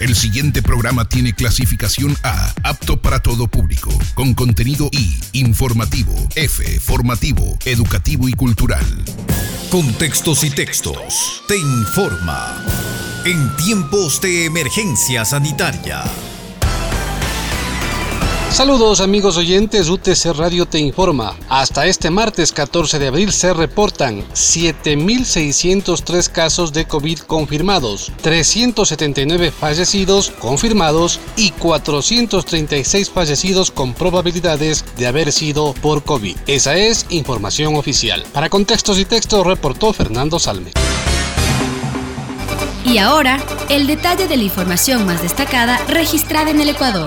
El siguiente programa tiene clasificación A, apto para todo público, con contenido I, informativo, F, formativo, educativo y cultural. Contextos y textos. Te informa. En tiempos de emergencia sanitaria. Saludos amigos oyentes, UTC Radio te informa. Hasta este martes 14 de abril se reportan 7.603 casos de COVID confirmados, 379 fallecidos confirmados y 436 fallecidos con probabilidades de haber sido por COVID. Esa es información oficial. Para Contextos y Textos reportó Fernando Salme. Y ahora, el detalle de la información más destacada registrada en el Ecuador.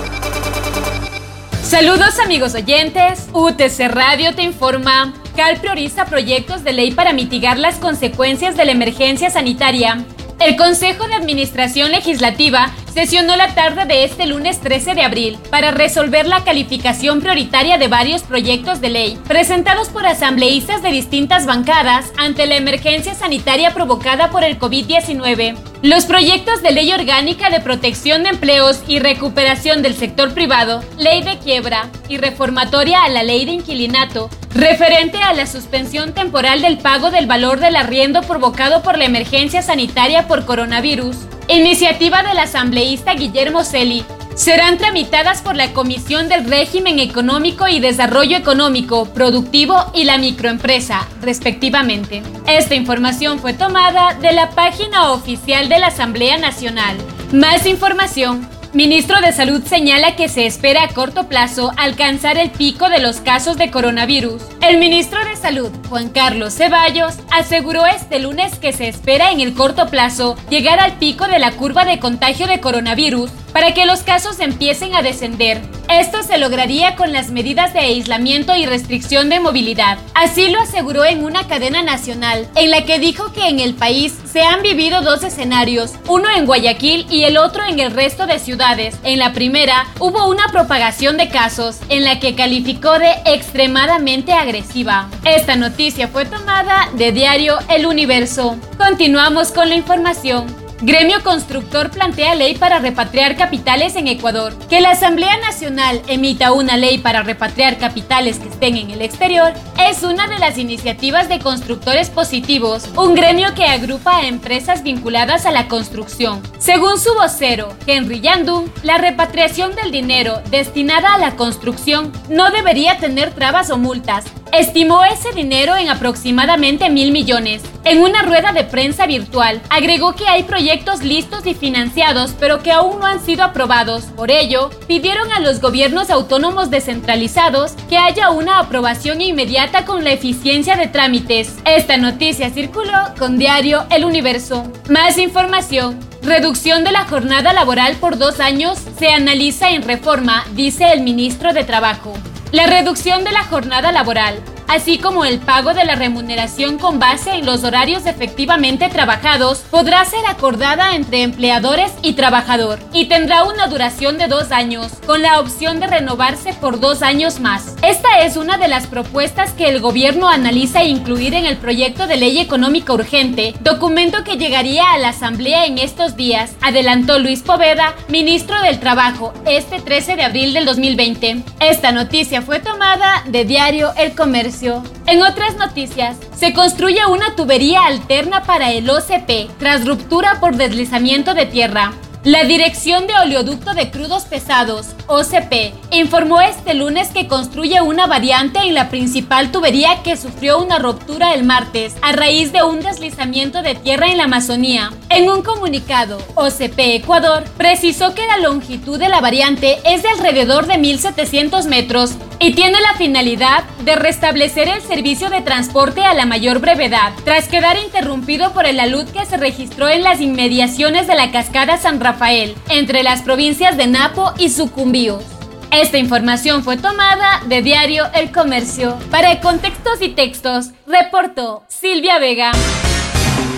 Saludos amigos oyentes, UTC Radio te informa. CAL prioriza proyectos de ley para mitigar las consecuencias de la emergencia sanitaria. El Consejo de Administración Legislativa sesionó la tarde de este lunes 13 de abril para resolver la calificación prioritaria de varios proyectos de ley presentados por asambleístas de distintas bancadas ante la emergencia sanitaria provocada por el COVID-19. Los proyectos de ley orgánica de protección de empleos y recuperación del sector privado, ley de quiebra y reformatoria a la ley de inquilinato, referente a la suspensión temporal del pago del valor del arriendo provocado por la emergencia sanitaria por coronavirus, iniciativa del asambleísta Guillermo Celi, serán tramitadas por la Comisión del Régimen Económico y Desarrollo Económico, Productivo y la Microempresa, respectivamente. Esta información fue tomada de la página oficial de la Asamblea Nacional. Más información. Ministro de Salud señala que se espera a corto plazo alcanzar el pico de los casos de coronavirus. El ministro de Salud, Juan Carlos Ceballos, aseguró este lunes que se espera en el corto plazo llegar al pico de la curva de contagio de coronavirus para que los casos empiecen a descender. Esto se lograría con las medidas de aislamiento y restricción de movilidad. Así lo aseguró en una cadena nacional, en la que dijo que en el país se han vivido dos escenarios, uno en Guayaquil y el otro en el resto de ciudades. En la primera, hubo una propagación de casos, en la que calificó de extremadamente agresiva. Esta noticia fue tomada de diario El Universo. Continuamos con la información. Gremio Constructor plantea ley para repatriar capitales en Ecuador. Que la Asamblea Nacional emita una ley para repatriar capitales que estén en el exterior es una de las iniciativas de Constructores Positivos, un gremio que agrupa a empresas vinculadas a la construcción. Según su vocero, Henry Yandún, la repatriación del dinero destinada a la construcción no debería tener trabas o multas. Estimó ese dinero en aproximadamente 1.000 millones. En una rueda de prensa virtual, agregó que hay proyectos listos y financiados, pero que aún no han sido aprobados. Por ello, pidieron a los gobiernos autónomos descentralizados que haya una aprobación inmediata con la eficiencia de trámites. Esta noticia circuló con diario El Universo. Más información. Reducción de la jornada laboral por 2 años se analiza en reforma, dice el ministro de Trabajo. La reducción de la jornada laboral, así como el pago de la remuneración con base en los horarios efectivamente trabajados, podrá ser acordada entre empleadores y trabajador y tendrá una duración de 2 años, con la opción de renovarse por 2 años más. Esta es una de las propuestas que el gobierno analiza incluir en el proyecto de ley económica urgente, documento que llegaría a la Asamblea en estos días, adelantó Luis Poveda, ministro del Trabajo, este 13 de abril del 2020. Esta noticia fue tomada de diario El Comercio. En otras noticias, se construye una tubería alterna para el OCP tras ruptura por deslizamiento de tierra. La Dirección de Oleoducto de Crudos Pesados, OCP, informó este lunes que construye una variante en la principal tubería que sufrió una ruptura el martes a raíz de un deslizamiento de tierra en la Amazonía. En un comunicado, OCP Ecuador precisó que la longitud de la variante es de alrededor de 1.700 metros y tiene la finalidad de restablecer el servicio de transporte a la mayor brevedad, tras quedar interrumpido por el alud que se registró en las inmediaciones de la cascada San Rafael, entre las provincias de Napo y Sucumbíos. Esta información fue tomada de diario El Comercio. Para Contextos y Textos, reportó Silvia Vega.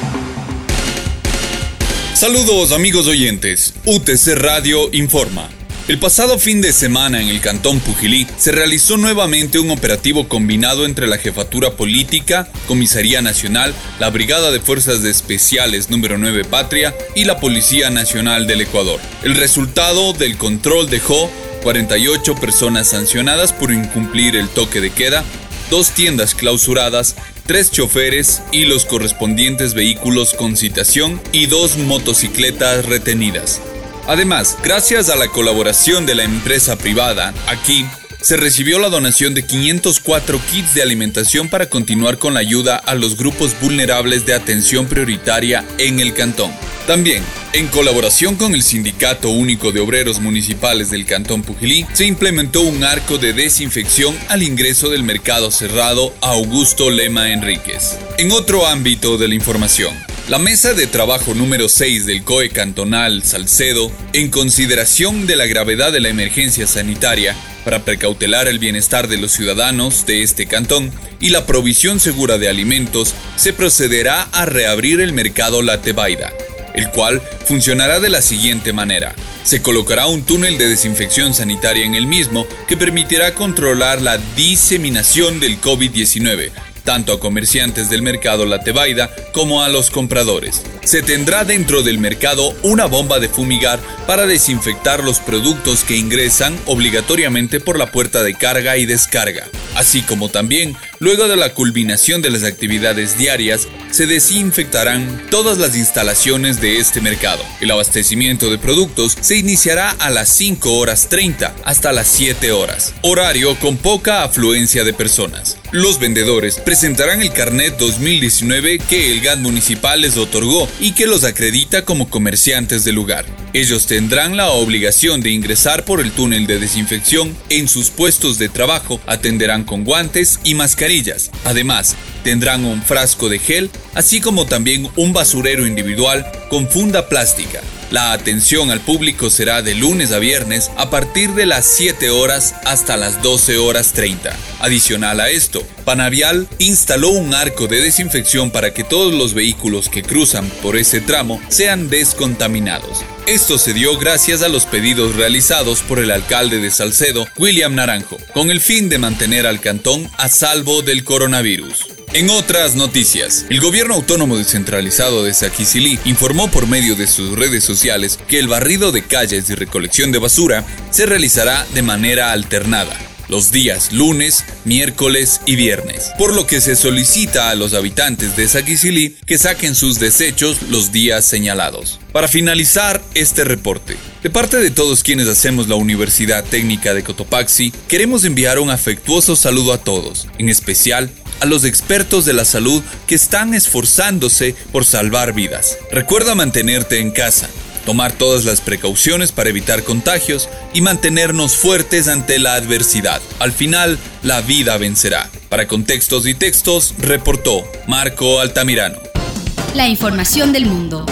Saludos amigos oyentes, UTC Radio informa. El pasado fin de semana en el Cantón Pujilí se realizó nuevamente un operativo combinado entre la Jefatura Política, Comisaría Nacional, la Brigada de Fuerzas Especiales número 9 Patria y la Policía Nacional del Ecuador. El resultado del control dejó 48 personas sancionadas por incumplir el toque de queda, 2 tiendas clausuradas, 3 choferes y los correspondientes vehículos con citación y 2 motocicletas retenidas. Además, gracias a la colaboración de la empresa privada, aquí se recibió la donación de 504 kits de alimentación para continuar con la ayuda a los grupos vulnerables de atención prioritaria en el cantón. También, en colaboración con el Sindicato Único de Obreros Municipales del Cantón Pujilí, se implementó un arco de desinfección al ingreso del mercado cerrado Augusto Lema Enríquez. En otro ámbito de la información, la mesa de trabajo número 6 del COE cantonal Salcedo, en consideración de la gravedad de la emergencia sanitaria, para precautelar el bienestar de los ciudadanos de este cantón y la provisión segura de alimentos, se procederá a reabrir el mercado La Tebaida, el cual funcionará de la siguiente manera. Se colocará un túnel de desinfección sanitaria en el mismo que permitirá controlar la diseminación del COVID-19, tanto a comerciantes del mercado La Tebaida como a los compradores. Se tendrá dentro del mercado una bomba de fumigar para desinfectar los productos que ingresan obligatoriamente por la puerta de carga y descarga, así como también, luego de la culminación de las actividades diarias, se desinfectarán todas las instalaciones de este mercado. El abastecimiento de productos se iniciará a las 5:30 hasta las 7 horas, horario con poca afluencia de personas. Los vendedores presentarán el carnet 2019 que el GAT municipal les otorgó y que los acredita como comerciantes del lugar. Ellos tendrán la obligación de ingresar por el túnel de desinfección en sus puestos de trabajo, atenderán con guantes y mascarillas. Además, tendrán un frasco de gel, así como también un basurero individual con funda plástica. La atención al público será de lunes a viernes a partir de las 7 horas hasta las 12:30. Adicional a esto, Panavial instaló un arco de desinfección para que todos los vehículos que cruzan por ese tramo sean descontaminados. Esto se dio gracias a los pedidos realizados por el alcalde de Salcedo, William Naranjo, con el fin de mantener al cantón a salvo del coronavirus. En otras noticias, el gobierno autónomo descentralizado de Saquicilí informó por medio de sus redes sociales que el barrido de calles y recolección de basura se realizará de manera alternada, los días lunes, miércoles y viernes, por lo que se solicita a los habitantes de Saquicilí que saquen sus desechos los días señalados. Para finalizar este reporte, de parte de todos quienes hacemos la Universidad Técnica de Cotopaxi, queremos enviar un afectuoso saludo a todos, en especial a los expertos de la salud que están esforzándose por salvar vidas. Recuerda mantenerte en casa, tomar todas las precauciones para evitar contagios y mantenernos fuertes ante la adversidad. Al final, la vida vencerá. Para Contextos y Textos, reportó Marco Altamirano. La información del mundo.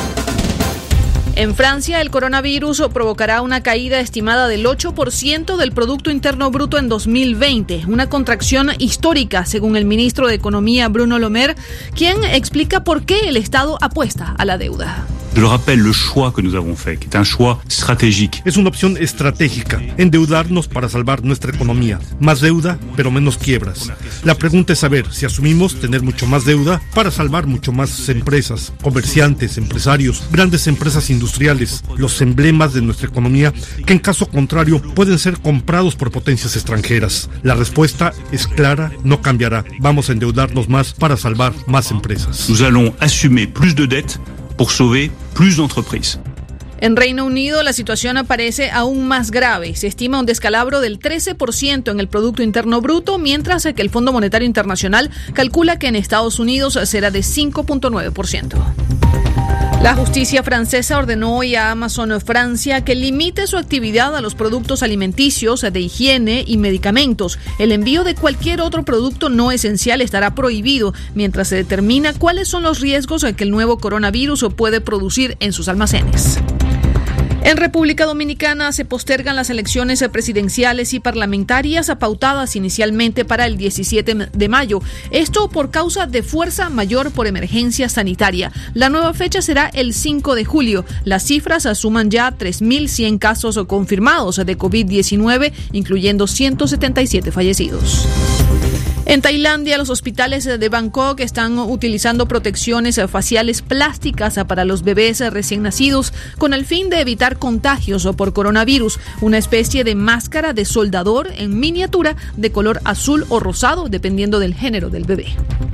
En Francia, el coronavirus provocará una caída estimada del 8% del Producto Interno Bruto en 2020, una contracción histórica, según el ministro de Economía Bruno Le Maire, quien explica por qué el Estado apuesta a la deuda. Je le rappelle, le choix que nous avons fait, qui est un choix stratégique. Es una opción estratégica, endeudarnos para salvar nuestra economía. Más deuda, pero menos quiebras. La pregunta es saber si asumimos tener mucho más deuda para salvar mucho más empresas, comerciantes, empresarios, grandes empresas industriales, los emblemas de nuestra economía, que en caso contrario pueden ser comprados por potencias extranjeras. La respuesta es clara, no cambiará. Vamos a endeudarnos más para salvar más empresas. Nous allons assumer plus de dettes pour sauver plus d'entreprises. En Reino Unido, la situación parece aún más grave. Se estima un descalabro del 13% en el Producto Interno Bruto, mientras que el Fondo Monetario Internacional calcula que en Estados Unidos será de 5.9%. La justicia francesa ordenó hoy a Amazon Francia que limite su actividad a los productos alimenticios, de higiene y medicamentos. El envío de cualquier otro producto no esencial estará prohibido mientras se determina cuáles son los riesgos que el nuevo coronavirus puede producir en sus almacenes. En República Dominicana se postergan las elecciones presidenciales y parlamentarias pautadas inicialmente para el 17 de mayo. Esto por causa de fuerza mayor por emergencia sanitaria. La nueva fecha será el 5 de julio. Las cifras suman ya 3.100 casos confirmados de COVID-19, incluyendo 177 fallecidos. En Tailandia, los hospitales de Bangkok están utilizando protecciones faciales plásticas para los bebés recién nacidos con el fin de evitar contagios por coronavirus, una especie de máscara de soldador en miniatura de color azul o rosado, dependiendo del género del bebé.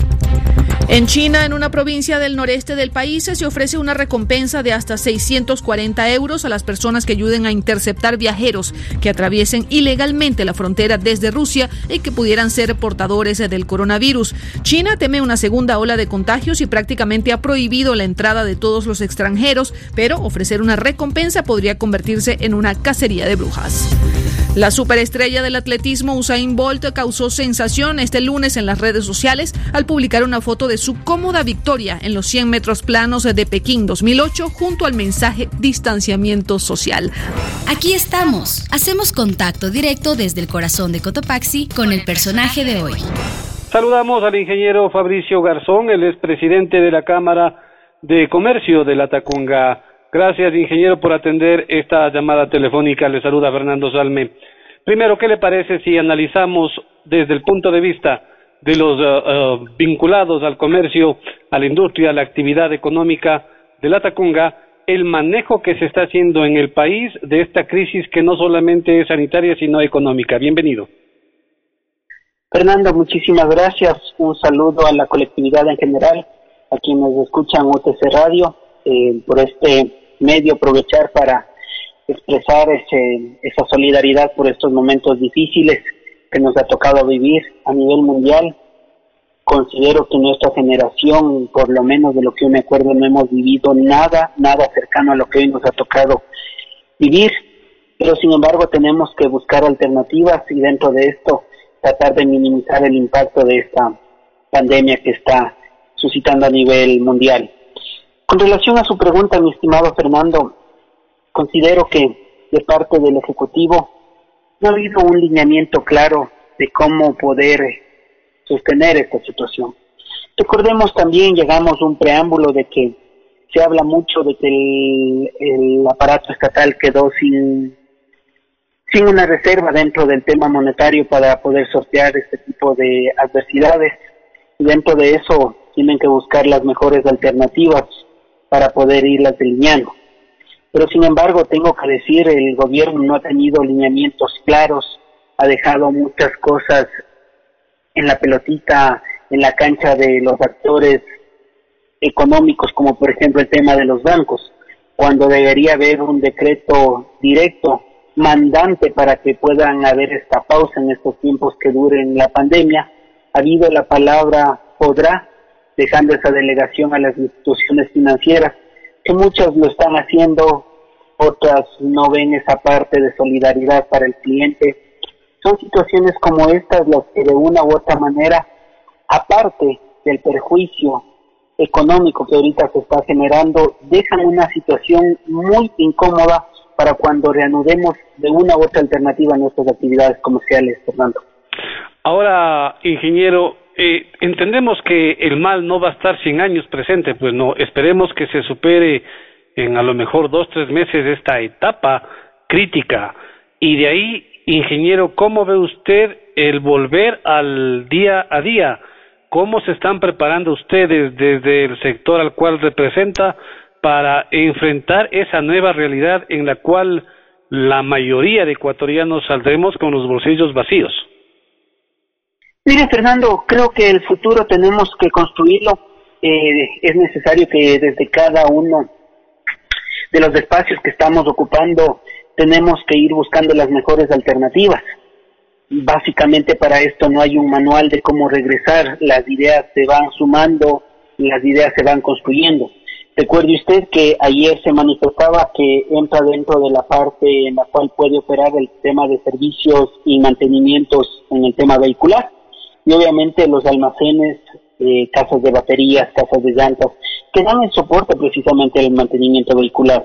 En China, en una provincia del noreste del país, se ofrece una recompensa de hasta 640 euros a las personas que ayuden a interceptar viajeros que atraviesen ilegalmente la frontera desde Rusia y que pudieran ser portadores del coronavirus. China teme una segunda ola de contagios y prácticamente ha prohibido la entrada de todos los extranjeros, pero ofrecer una recompensa podría convertirse en una cacería de brujas. La superestrella del atletismo Usain Bolt causó sensación este lunes en las redes sociales al publicar una foto de su cómoda victoria en los 100 metros planos de Pekín 2008 junto al mensaje distanciamiento social. Aquí estamos. Hacemos contacto directo desde el corazón de Cotopaxi con el personaje de hoy. Saludamos al ingeniero Fabricio Garzón, él es presidente de la Cámara de Comercio de Latacunga. Gracias, ingeniero, por atender esta llamada telefónica. Le saluda Fernando Salme. Primero, ¿qué le parece si analizamos desde el punto de vista de los vinculados al comercio, a la industria, a la actividad económica de Latacunga, el manejo que se está haciendo en el país de esta crisis que no solamente es sanitaria, sino económica? Bienvenido. Fernando, muchísimas gracias. Un saludo a la colectividad en general, a quienes escuchan UTC Radio, por este medio aprovechar para expresar esa solidaridad por estos momentos difíciles que nos ha tocado vivir a nivel mundial. Considero que nuestra generación, por lo menos de lo que yo me acuerdo, no hemos vivido nada cercano a lo que hoy nos ha tocado vivir, pero sin embargo tenemos que buscar alternativas y dentro de esto tratar de minimizar el impacto de esta pandemia que está suscitando a nivel mundial. Con relación a su pregunta, mi estimado Fernando, considero que de parte del Ejecutivo no ha habido un lineamiento claro de cómo poder sostener esta situación. Recordemos también, llegamos a un preámbulo de que se habla mucho de que el aparato estatal quedó sin una reserva dentro del tema monetario para poder sortear este tipo de adversidades, y dentro de eso tienen que buscar las mejores alternativas para poder irlas delineando. Pero sin embargo, tengo que decir, el gobierno no ha tenido lineamientos claros, ha dejado muchas cosas en la pelotita, en la cancha de los actores económicos, como por ejemplo el tema de los bancos, cuando debería haber un decreto directo, mandante para que puedan haber esta pausa en estos tiempos que duren la pandemia. Ha habido la palabra podrá, dejando esa delegación a las instituciones financieras, que muchas lo están haciendo, otras no ven esa parte de solidaridad para el cliente. Son situaciones como estas las que de una u otra manera, aparte del perjuicio económico que ahorita se está generando, dejan una situación muy incómoda para cuando reanudemos de una u otra alternativa nuestras actividades comerciales, Fernando. Ahora, ingeniero, entendemos que el mal no va a estar 100 años presente, pues no, esperemos que se supere en a lo mejor 2-3 meses esta etapa crítica, y de ahí, ingeniero, ¿cómo ve usted el volver al día a día? ¿Cómo se están preparando ustedes desde el sector al cual representa para enfrentar esa nueva realidad en la cual la mayoría de ecuatorianos saldremos con los bolsillos vacíos? Mire, Fernando, creo que el futuro tenemos que construirlo. Es necesario que desde cada uno de los espacios que estamos ocupando tenemos que ir buscando las mejores alternativas. Básicamente para esto no hay un manual de cómo regresar, las ideas se van sumando, las ideas se van construyendo. Recuerde usted que ayer se manifestaba que entra dentro de la parte en la cual puede operar el tema de servicios y mantenimientos en el tema vehicular, y obviamente los almacenes, casas de baterías, casas de llantas, que dan el soporte precisamente al mantenimiento vehicular.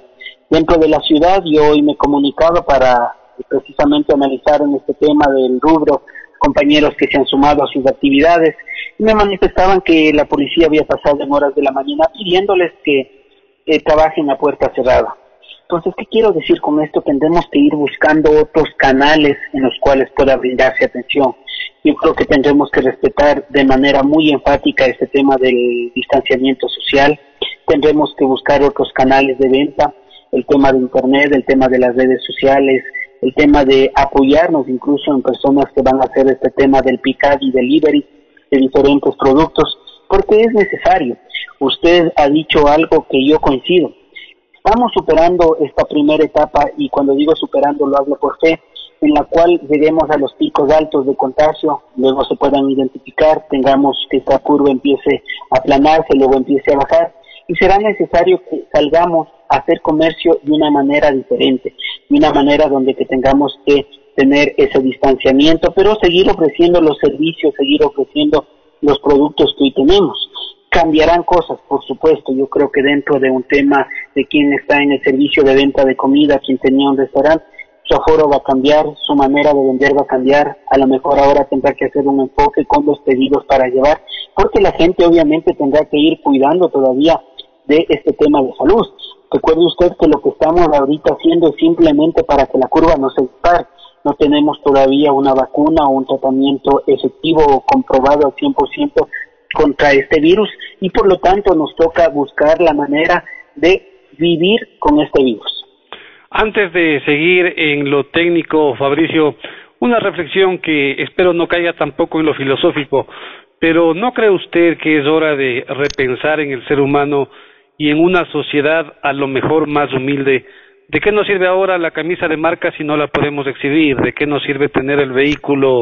dentro de la ciudad. Yo hoy me he comunicado para precisamente analizar en este tema del rubro compañeros que se han sumado a sus actividades y me manifestaban que la policía había pasado en horas de la mañana pidiéndoles que trabajen a puerta cerrada. Entonces, ¿qué quiero decir con esto? Tendremos que ir buscando otros canales en los cuales pueda brindarse atención. Yo creo que tendremos que respetar de manera muy enfática este tema del distanciamiento social. Tendremos que buscar otros canales de venta, el tema de internet, el tema de las redes sociales, el tema de apoyarnos incluso en personas que van a hacer este tema del pick-up y delivery de diferentes productos, porque es necesario. Usted ha dicho algo que yo coincido. Estamos superando esta primera etapa, y cuando digo superando lo hablo por fe, en la cual lleguemos a los picos altos de contagio, luego se puedan identificar, tengamos que esta curva empiece a aplanarse, luego empiece a bajar, y será necesario que salgamos a hacer comercio de una manera diferente, de una manera donde que tengamos que tener ese distanciamiento, pero seguir ofreciendo los servicios, seguir ofreciendo los productos que hoy tenemos. Cambiarán cosas, por supuesto. Yo creo que dentro de un tema de quien está en el servicio de venta de comida, quien tenía un restaurante, su aforo va a cambiar, su manera de vender va a cambiar. A lo mejor ahora tendrá que hacer un enfoque con los pedidos para llevar, porque la gente obviamente tendrá que ir cuidando todavía de este tema de salud. Recuerde usted que lo que estamos ahorita haciendo es simplemente para que la curva no se dispare. No tenemos todavía una vacuna o un tratamiento efectivo o comprobado al 100% contra este virus, y por lo tanto nos toca buscar la manera de vivir con este virus. Antes de seguir en lo técnico, Fabricio, una reflexión que espero no caiga tampoco en lo filosófico, pero ¿no cree usted que es hora de repensar en el ser humano y en una sociedad a lo mejor más humilde? ¿De qué nos sirve ahora la camisa de marca si no la podemos exhibir? ¿De qué nos sirve tener el vehículo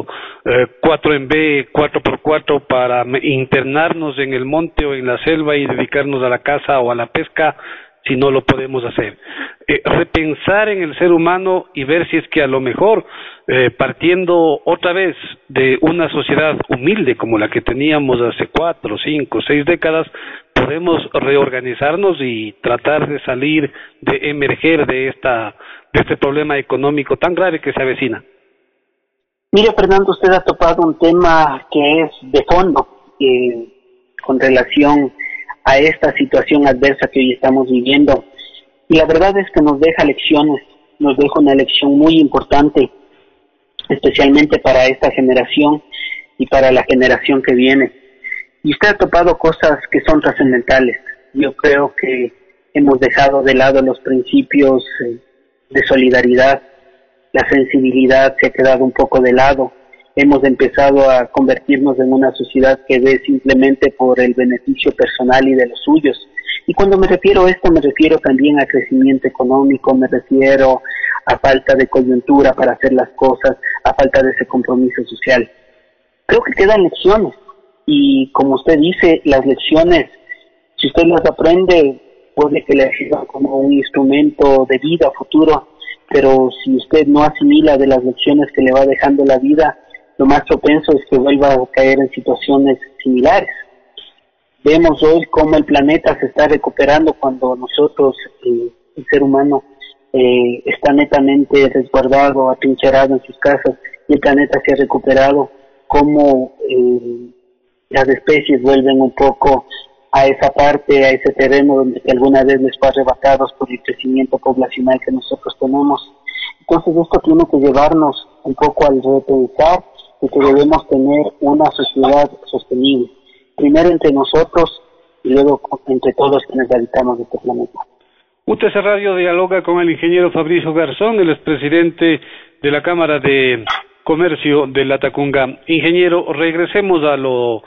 4x, 4x4 para internarnos en el monte o en la selva y dedicarnos a la caza o a la pesca si no lo podemos hacer? Repensar en el ser humano y ver si es que a lo mejor, partiendo otra vez de una sociedad humilde como la que teníamos hace 4, 5, 6 décadas, podemos reorganizarnos y tratar de salir, de emerger de este problema económico tan grave que se avecina. Mire, Fernando, usted ha topado un tema que es de fondo con relación a esta situación adversa que hoy estamos viviendo, y la verdad es que nos deja lecciones, nos deja una lección muy importante, especialmente para esta generación y para la generación que viene. Y usted ha topado cosas que son trascendentales. Yo creo que hemos dejado de lado los principios de solidaridad, la sensibilidad se ha quedado un poco de lado. Hemos empezado a convertirnos en una sociedad que ve simplemente por el beneficio personal y de los suyos. Y cuando me refiero a esto, me refiero también a crecimiento económico, me refiero a falta de coyuntura para hacer las cosas, a falta de ese compromiso social. Creo que quedan lecciones. Y como usted dice, las lecciones, si usted las aprende, puede que le sirva como un instrumento de vida futuro, pero si usted no asimila de las lecciones que le va dejando la vida, lo más propenso es que vuelva a caer en situaciones similares. Vemos hoy cómo el planeta se está recuperando cuando nosotros, el ser humano, está netamente resguardado, atrincherado en sus casas, y el planeta se ha recuperado, cómo las especies vuelven un poco a esa parte, a ese terreno donde alguna vez les fue arrebatados por el crecimiento poblacional que nosotros tenemos. Entonces esto tiene que llevarnos un poco al repensar de que debemos tener una sociedad sostenible, primero entre nosotros y luego entre todos quienes habitamos este planeta. UTC Radio dialoga con el ingeniero Fabricio Garzón, el expresidente de la Cámara de Comercio de Latacunga. Ingeniero, regresemos a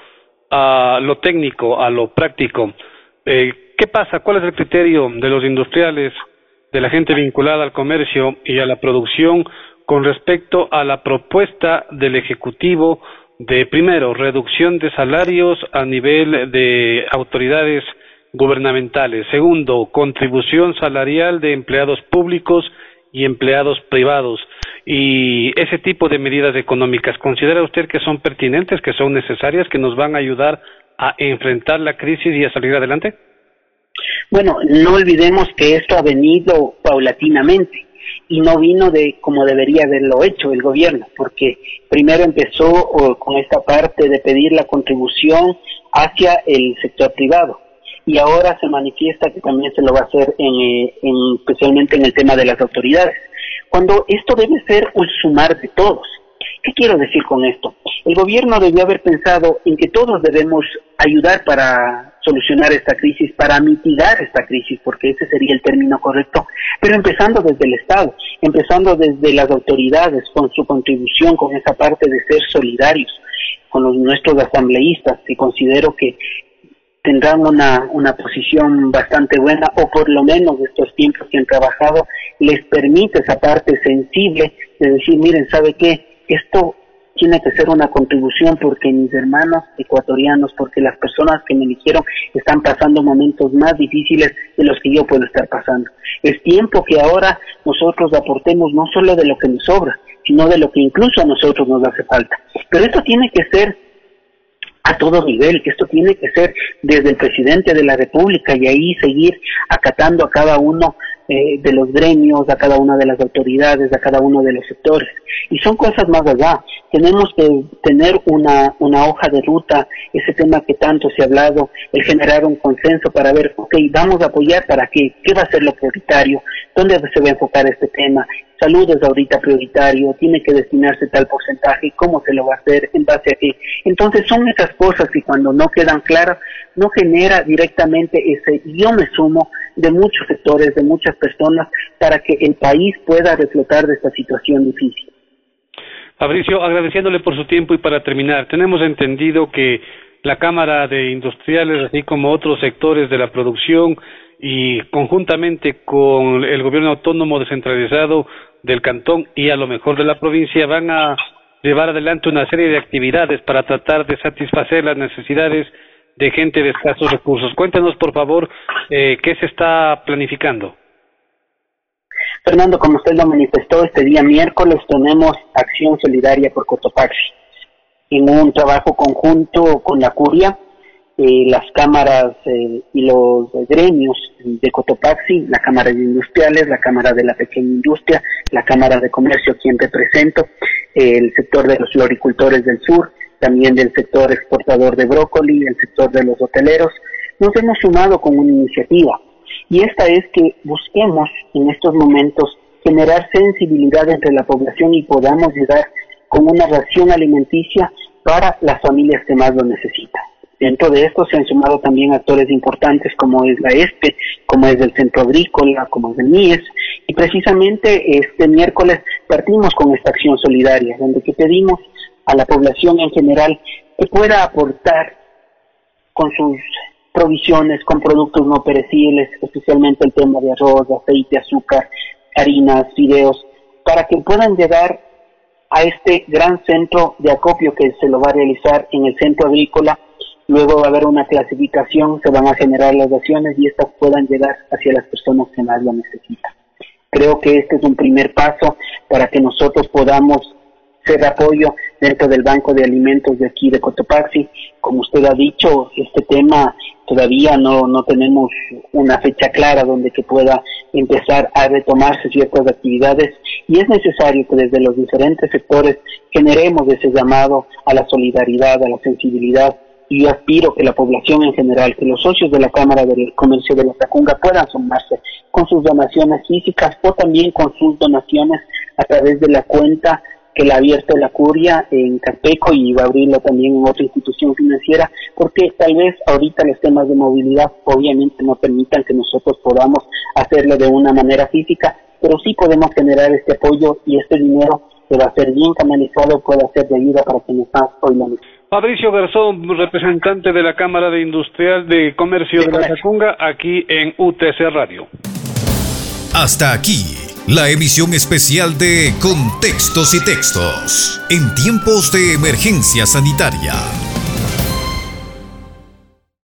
lo técnico, a lo práctico. ¿Qué pasa? ¿Cuál es el criterio de los industriales, de la gente vinculada al comercio y a la producción con respecto a la propuesta del Ejecutivo de, primero, reducción de salarios a nivel de autoridades gubernamentales; segundo, contribución salarial de empleados públicos y empleados privados, y ese tipo de medidas económicas? ¿Considera usted que son pertinentes, que son necesarias, que nos van a ayudar a enfrentar la crisis y a salir adelante? Bueno, no olvidemos que esto ha venido paulatinamente y no vino de como debería haberlo hecho el gobierno, porque primero empezó con esta parte de pedir la contribución hacia el sector privado y ahora se manifiesta que también se lo va a hacer especialmente en el tema de las autoridades, cuando esto debe ser un sumar de todos. ¿Qué quiero decir con esto? El gobierno debió haber pensado en que todos debemos ayudar para solucionar esta crisis, para mitigar esta crisis, porque ese sería el término correcto, pero empezando desde el Estado, empezando desde las autoridades, con su contribución, con esa parte de ser solidarios, con nuestros asambleístas, que considero que tendrán una posición bastante buena, o por lo menos estos tiempos que han trabajado, les permite esa parte sensible de decir, miren, ¿sabe qué? Esto tiene que ser una contribución porque mis hermanos ecuatorianos, porque las personas que me eligieron están pasando momentos más difíciles de los que yo puedo estar pasando. Es tiempo que ahora nosotros aportemos no solo de lo que nos sobra, sino de lo que incluso a nosotros nos hace falta. Pero esto tiene que ser a todo nivel, que esto tiene que ser desde el presidente de la República y ahí seguir acatando a cada uno de los gremios, a cada una de las autoridades, a cada uno de los sectores. Y son cosas más allá. Tenemos que tener una hoja de ruta, ese tema que tanto se ha hablado, el generar un consenso para ver, ok, vamos a apoyar para qué va a ser lo prioritario, dónde se va a enfocar este tema. Salud es ahorita prioritario, tiene que destinarse tal porcentaje, cómo se lo va a hacer, en base a qué. Entonces son esas cosas que cuando no quedan claras, no genera directamente ese yo me sumo de muchos sectores, de muchas personas, para que el país pueda reflotar de esta situación difícil. Fabricio, agradeciéndole por su tiempo y para terminar, tenemos entendido que la Cámara de Industriales, así como otros sectores de la producción y conjuntamente con el gobierno autónomo descentralizado del cantón y a lo mejor de la provincia, van a llevar adelante una serie de actividades para tratar de satisfacer las necesidades de gente de escasos recursos. Cuéntanos, por favor, qué se está planificando. Fernando, como usted lo manifestó, este día miércoles tenemos Acción Solidaria por Cotopaxi. En un trabajo conjunto con la Curia, las cámaras y los gremios de Cotopaxi, la Cámara de Industriales, la Cámara de la Pequeña Industria, la Cámara de Comercio, quien represento, el sector de los floricultores del sur, también del sector exportador de brócoli, el sector de los hoteleros, nos hemos sumado con una iniciativa. Y esta es que busquemos en estos momentos generar sensibilidad entre la población y podamos llegar con una ración alimenticia para las familias que más lo necesitan. Dentro de esto se han sumado también actores importantes como es la ESPE, como es el Centro Agrícola, como es el MIES, y precisamente este miércoles partimos con esta acción solidaria, donde que pedimos a la población en general que pueda aportar con sus provisiones, con productos no perecibles, especialmente el tema de arroz, aceite, azúcar, harinas, fideos, para que puedan llegar a este gran centro de acopio que se lo va a realizar en el Centro Agrícola. Luego va a haber una clasificación, se van a generar las raciones y estas puedan llegar hacia las personas que más lo necesitan. Creo que este es un primer paso para que nosotros podamos ser apoyo dentro del Banco de Alimentos de aquí de Cotopaxi. Como usted ha dicho, este tema todavía no tenemos una fecha clara donde que pueda empezar a retomarse ciertas actividades y es necesario que desde los diferentes sectores generemos ese llamado a la solidaridad, a la sensibilidad. Y yo aspiro que la población en general, que los socios de la Cámara del Comercio de la Tacunga puedan sumarse con sus donaciones físicas o también con sus donaciones a través de la cuenta que la ha abierto la Curia en Carpeco y va a abrirlo también en otra institución financiera, porque tal vez ahorita los temas de movilidad obviamente no permitan que nosotros podamos hacerlo de una manera física, pero sí podemos generar este apoyo y este dinero que va a ser bien canalizado, puede ser de ayuda para quienes más hoy lo necesitan. Fabricio Garzón, representante de la Cámara de Industrial de Comercio de la Tacunga, aquí en UTC Radio. Hasta aquí, la emisión especial de Contextos y Textos, en tiempos de emergencia sanitaria.